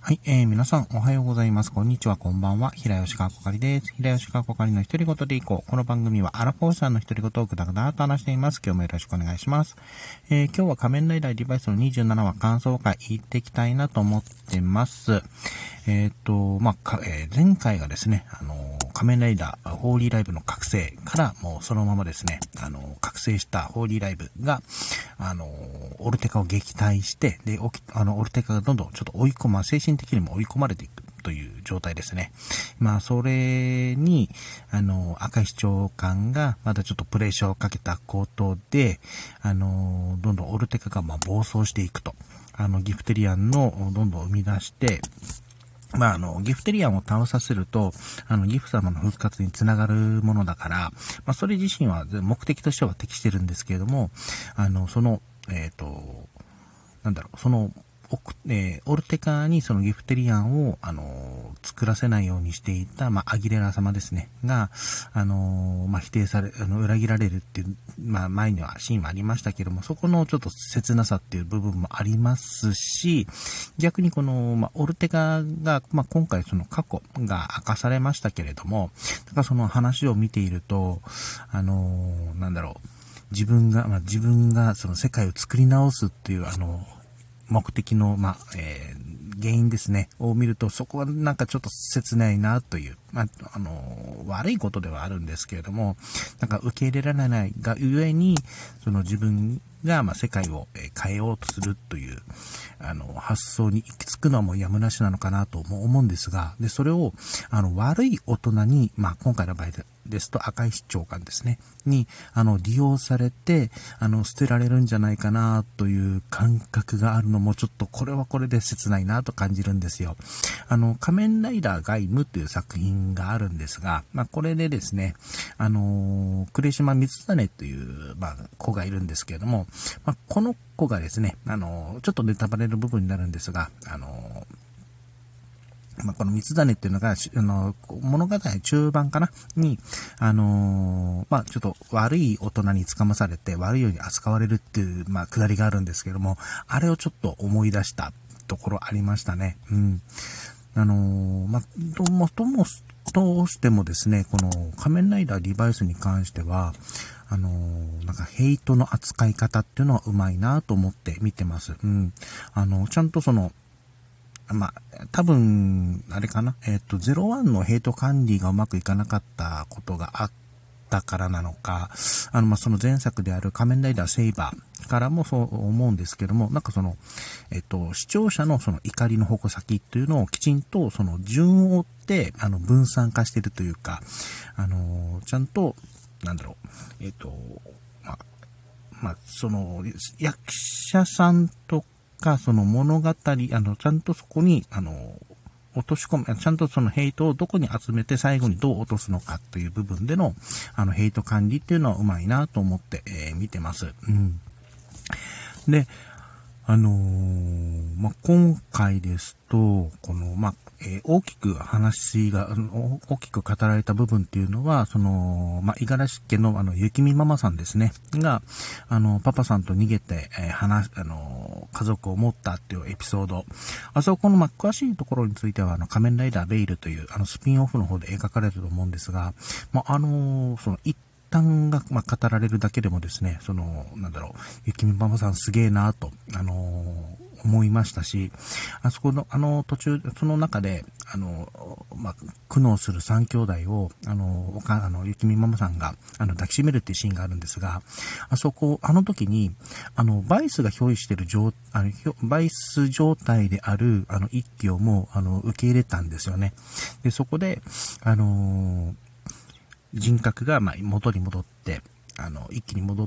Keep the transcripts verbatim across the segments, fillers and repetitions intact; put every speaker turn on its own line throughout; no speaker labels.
はい、えー、皆さんおはようございます。こんにちは、こんばんは。平吉川こかりです。平吉川こかりの独り言でいこう。この番組はアラフォーさんの独り言をぐだぐだと話しています。今日もよろしくお願いします。えー、今日は仮面ライダーリバイスのにじゅうななわ感想会行ってきたいなと思ってます。えっ、ー、と、まあ、か、えー、前回がですね、あのー、仮面ライダーホーリーライブの覚醒からもうそのままですね、あのー、覚醒したホーリーライブが、あのー、オルテカを撃退して、で、おき、あの、オルテカがどんどんちょっと追い込ま、精神的にも追い込まれていくという状態ですね。まあ、それに、あの、赤石長官がまだちょっとプレッシャーをかけたことで、あの、どんどんオルテカがまあ暴走していくと。あの、ギフテリアンのどんどん生み出して、まあ、あの、ギフテリアンを倒させると、あの、ギフ様の復活につながるものだから、まあ、それ自身は目的としては適してるんですけれども、あの、その、えっと、なんだろう、その、えー、オルテカにそのギフテリアンを、あのー、作らせないようにしていた、まあ、アギレラ様ですね、が、あのー、まあ、否定され、あの、裏切られるっていう、まあ、前にはシーンはありましたけども、そこのちょっと切なさっていう部分もありますし、逆にこの、まあ、オルテカが、まあ、今回その過去が明かされましたけれども、だからその話を見ていると、あのー、なんだろう、自分が、まあ、自分がその世界を作り直すっていう、あの、目的の、まあ、えー、原因ですね、を見ると、そこはなんかちょっと切ないなという、まあ、あの、悪いことではあるんですけれども、なんか受け入れられないがゆえに、その自分が、まあ、世界を変えようとするという、あの、発想に行き着くのはもうやむなしなのかなと思うんですが、で、それを、あの、悪い大人に、まあ、今回の場合で、ですと赤石長官ですねにあの利用されてあの捨てられるんじゃないかなという感覚があるのもちょっとこれはこれで切ないなと感じるんですよ。あの仮面ライダーガイムという作品があるんですが、まあ、これでですねあの呉島光種という、まあ、子がいるんですけれども、まあ、この子がですねあのちょっとネタバレの部分になるんですがあのまあ、この三つ種っていうのが、あの、物語中盤かなに、あのー、まあ、ちょっと悪い大人につかまされて悪いように扱われるっていう、まあ、くだりがあるんですけども、あれをちょっと思い出したところありましたね。うん。あのー、まあ、とも、とも、どうしてもですね、この仮面ライダーリバイスに関しては、あのー、なんかヘイトの扱い方っていうのはうまいなと思って見てます。うん。あの、ちゃんとその、まあ、多分、あれかな。えっと、ゼロワンのヘイト管理がうまくいかなかったことがあったからなのか、あの、まあ、その前作である仮面ライダーセイバーからもそう思うんですけども、なんかその、えっと、視聴者のその怒りの矛先っていうのをきちんとその順を追って、あの、分散化しているというか、あの、ちゃんと、なんだろう、えっと、まあ、まあ、その、役者さんとか、その物語、あの、ちゃんとそこに、あの、落とし込む、ちゃんとそのヘイトをどこに集めて最後にどう落とすのかという部分での、あの、ヘイト管理っていうのはうまいなと思って、えー、見てます。うん。で、あのー、まあ、今回ですと、この、まあ、えー、大きく話が、大きく語られた部分っていうのは、その、まあ、五十嵐家のあの、雪見ママさんですね、が、あの、パパさんと逃げて、えー、話、あのー、家族を持ったっていうエピソード。あそこの、まあ、詳しいところについては、あの、仮面ライダーベイルという、あの、スピンオフの方で描かれてると思うんですが、まあ、あのー、その、一単が、まあ、語られるだけでもですね、その、なんだろう、雪見ママさんすげえなと、あのー、思いましたし、あそこの、あの、途中、その中で、あの、まあ、苦悩する三兄弟を、あの、おか、あの、雪見ママさんが、あの、抱きしめるっていうシーンがあるんですが、あそこ、あの時に、あの、バイスが憑依している状、あの、バイス状態である、あの、一機をもう、あの、受け入れたんですよね。で、そこで、あのー、人格が、まあ、元に戻って、あの、一気に戻って、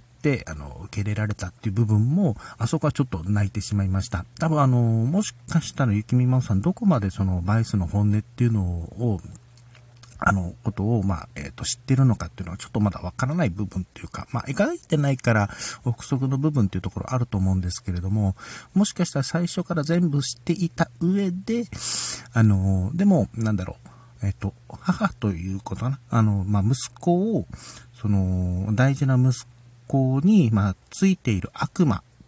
あの、受け入れられたっていう部分も、あそこはちょっと泣いてしまいました。多分あの、もしかしたらゆきみまさん、どこまでその、バイスの本音っていうのを、あの、ことを、まあ、えっと、知ってるのかっていうのはちょっとまだわからない部分っていうか、まあ、描いてないから、憶測の部分っていうところあると思うんですけれども、もしかしたら最初から全部知っていた上で、あの、でも、なんだろう、えっと、母ということかな。あの、まあ、息子を、その、大事な息子に、まあ、ついている悪魔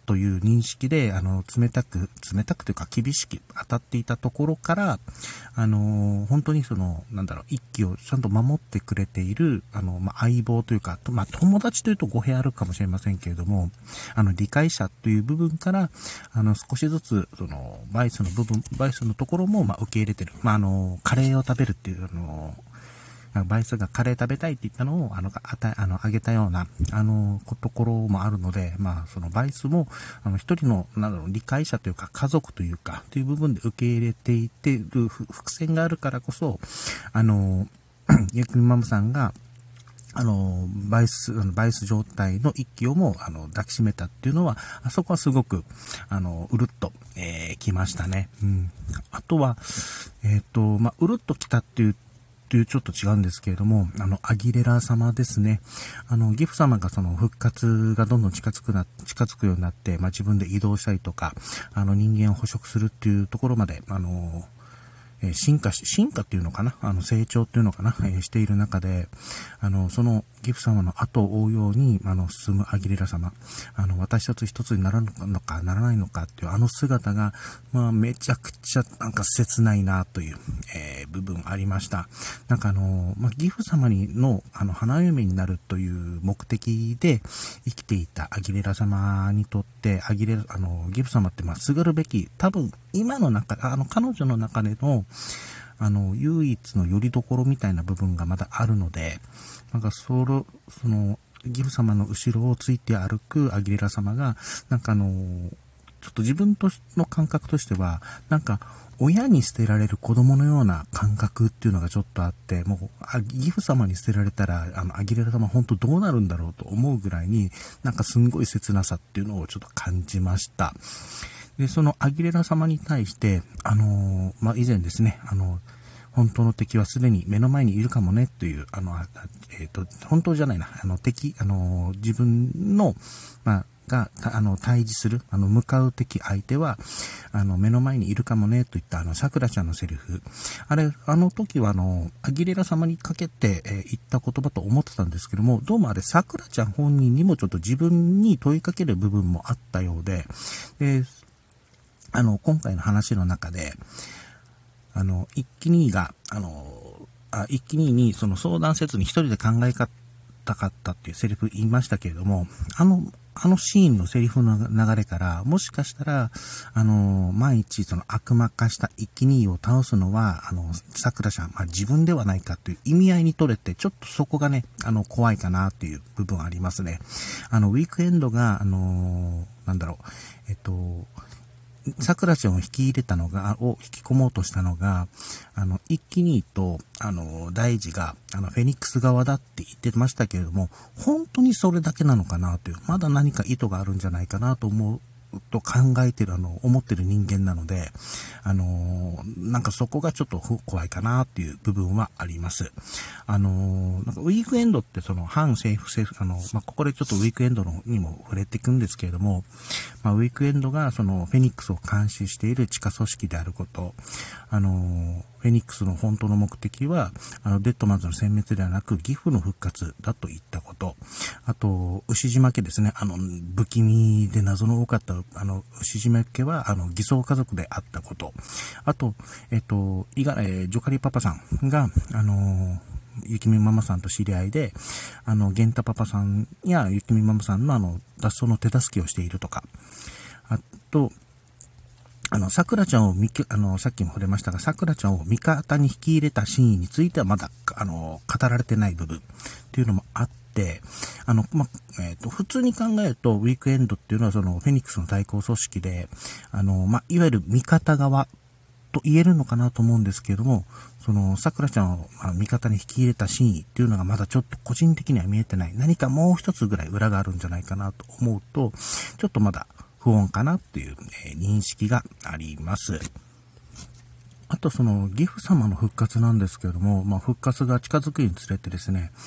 という認識で、あの、冷たく、冷たくというか厳しく当たっていたところから、あの、本当にその、なんだろう、一揆をちゃんと守ってくれている、あの、まあ、相棒というか、まあ、友達というと語弊あるかもしれませんけれども、あの、理解者という部分から、あの、少しずつ、その、バイスの部分、バイスのところも、まあ、受け入れてる。まあ、あの、カレーを食べるっていう、あの、バイスがカレー食べたいって言ったのを、あの、あた、あの、あげたような、あの、ところもあるので、まあ、そのバイスも、あの、一人の、なんだろう、理解者というか、家族というか、という部分で受け入れていっている伏線があるからこそ、あの、ゆきみママさんが、あの、バイス、バイス状態の一揆をも、あの、抱きしめたっていうのは、あそこはすごく、あの、うるっと、えー、来ましたね。うん。あとは、えっと、まあ、うるっと来たっていう、というちょっと違うんですけれども、あの、アギレラ様ですね。あの、ギフ様がその復活がどんどん近づくな、近づくようになって、まあ、自分で移動したりとか、あの、人間を捕食するっていうところまで、あの、えー、進化し、進化っていうのかな、あの、成長っていうのかな、えー、している中で、あの、そのギフ様の後を追うように、あの、進むアギレラ様、あの、私たち一つにならんのか、ならないのかっていうあの姿が、まあ、めちゃくちゃ、なんか切ないなという、えー、部分ありました。なんかあの、まあ、ギフ様にの、あの、花嫁になるという目的で生きていたアギレラ様にとって、アギレラ、あの、ギフ様って、まあ、すがるべき、多分、今の中、あの、彼女の中での、あの、唯一の拠り所みたいな部分がまだあるので、なんか、その、その、ギフ様の後ろをついて歩くアギレラ様が、なんかあの、ちょっと自分との感覚としては、なんか、親に捨てられる子供のような感覚っていうのがちょっとあって、もう、ギフ様に捨てられたら、あの、アギレラ様本当どうなるんだろうと思うぐらいに、なんかすんごい切なさっていうのをちょっと感じました。で、そのアギレラ様に対して、あのー、まあ、以前ですね、あの、本当の敵はすでに目の前にいるかもね、という、あの、えっと、本当じゃないな、あの、敵、あのー、自分の、まあ、が、あの、対峙する、あの、向かう敵相手は、あの、目の前にいるかもね、といった、あの、桜ちゃんのセリフ。あれ、あの時は、あの、アギレラ様にかけて、えー、言った言葉と思ってたんですけども、どうもあれ、桜ちゃん本人にもちょっと自分に問いかける部分もあったようで、で、あの、今回の話の中で、あの、一気にが、あの、あ一気ににその相談せずに一人で考えたかったっていうセリフ言いましたけれども、あの、あのシーンのセリフの流れから、もしかしたら、あの、万一その悪魔化した一気にを倒すのは、あの、桜ちゃん、まあ、自分ではないかという意味合いに取れて、ちょっとそこがね、あの、怖いかなっていう部分ありますね。あの、ウィークエンドが、あの、なんだろう、えっと、桜ちゃんを引き入れたのが、を引き込もうとしたのが、あの、一気にと、あの、大事が、あの、フェニックス側だって言ってましたけれども、本当にそれだけなのかなという、まだ何か意図があるんじゃないかなと思う、と考えてる、あの、思ってる人間なので、あのー、なんかそこがちょっと怖いかなっていう部分はあります。あのー、なんかウィークエンドってその反政府政府、あの、まあ、ここでちょっとウィークエンドのにも触れていくんですけれども、まあ、ウィークエンドがそのフェニックスを監視している地下組織であること、あのー、フェニックスの本当の目的は、あの、デッドマンズの殲滅ではなく、ギフの復活だといったこと。あと、牛島家ですね。あの、不気味で謎の多かった、あの、牛島家は、あの、偽装家族であったこと。あと、えっと、いが、えー、ジョカリパパさんが、あのー、ゆきみママさんと知り合いで、あの、ゲンタパパさんやゆきみママさんのあの、脱走の手助けをしているとか。あと、あの、桜ちゃんをみ、あの、さっきも触れましたが、桜ちゃんを味方に引き入れたシーンについてはまだ、あの、語られてない部分っていうのもあって、あの、ま、えっと、普通に考えると、ウィークエンドっていうのはその、フェニックスの対抗組織で、あの、ま、いわゆる味方側と言えるのかなと思うんですけれども、その、桜ちゃんを、まあ、味方に引き入れたシーンっていうのがまだちょっと個人的には見えてない。何かもう一つぐらい裏があるんじゃないかなと思うと、ちょっとまだ、不穏かなっていう、えー、認識があります。あとそのギフ様の復活なんですけれども、まあ復活が近づくにつれてですね、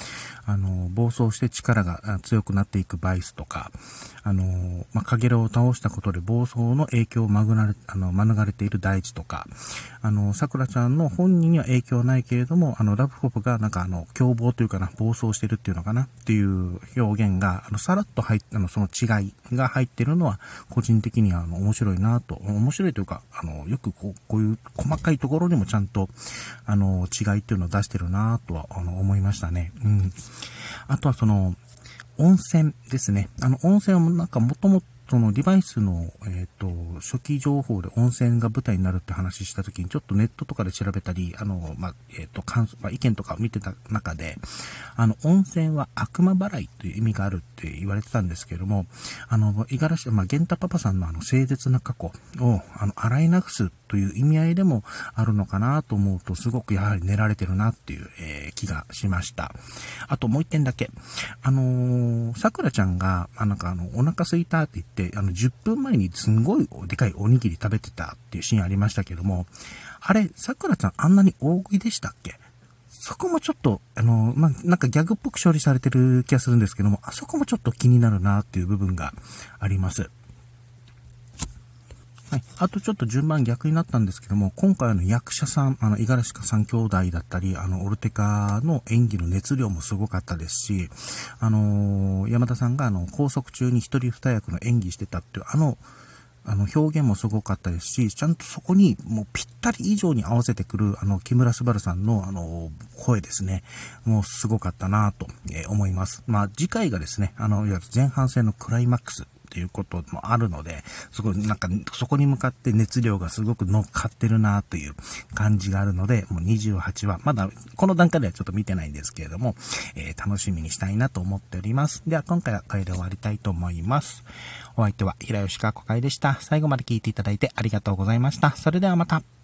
あの、暴走して力が強くなっていくバイスとか、あの、まあ、カゲロウを倒したことで暴走の影響を免れ、あの、免れている大地とか、あの、桜ちゃんの本人には影響はないけれども、あの、ラブコプがなんかあの、凶暴というかな、暴走してるっていうのかなっていう表現が、あの、さらっと入っあの、その違いが入ってるのは、個人的にはあの、面白いなと、面白いというか、あの、よくこう、こういう細かいところにもちゃんと、あの、違いっていうのを出してるなとは、あの、思いましたね。うん。あとはその、温泉ですね。あの、温泉はなんかもともとそのデバイスの、えっと、初期情報で温泉が舞台になるって話したときに、ちょっとネットとかで調べたり、あの、まあ、えっと、感想、まあ、意見とかを見てた中で、あの、温泉は悪魔払いという意味があるって言われてたんですけれども、あの、五十嵐、まあ、玄太パパさんのあの、誠実な過去を、あの、洗い流すという意味合いでもあるのかなと思うと、すごくやはり練られてるなっていう、えー、気がしました。あともう一点だけ。あのー、桜ちゃんが、あなんかあの、お腹空いたって言って、あの、じゅっぷんまえにすんごいでかいおにぎり食べてたっていうシーンありましたけども、あれ、桜ちゃんあんなに大食いでしたっけ？そこもちょっと、あの、まあ、なんかギャグっぽく処理されてる気がするんですけども、あそこもちょっと気になるなっていう部分があります。はい。あとちょっと順番逆になったんですけども、今回の役者さん、あの、五十嵐か三兄弟だったり、あの、オルテカの演技の熱量もすごかったですし、あのー、山田さんがあの、拘束中に一人二役の演技してたっていう、あの、あの、表現もすごかったですし、ちゃんとそこにもうぴったり以上に合わせてくる、あの、木村昴さんの、あの、声ですね。もうすごかったなと、えー、思います。まあ、次回がですね、あの、いわゆる前半戦のクライマックス。っていうこともあるので、そこ、なんか、そこに向かって熱量がすごく乗っかってるなという感じがあるので、もうにじゅうはちわ、まだこの段階ではちょっと見てないんですけれども、えー、楽しみにしたいなと思っております。では今回はこれで終わりたいと思います。お相手は平吉川小海でした。最後まで聞いていただいてありがとうございました。それではまた。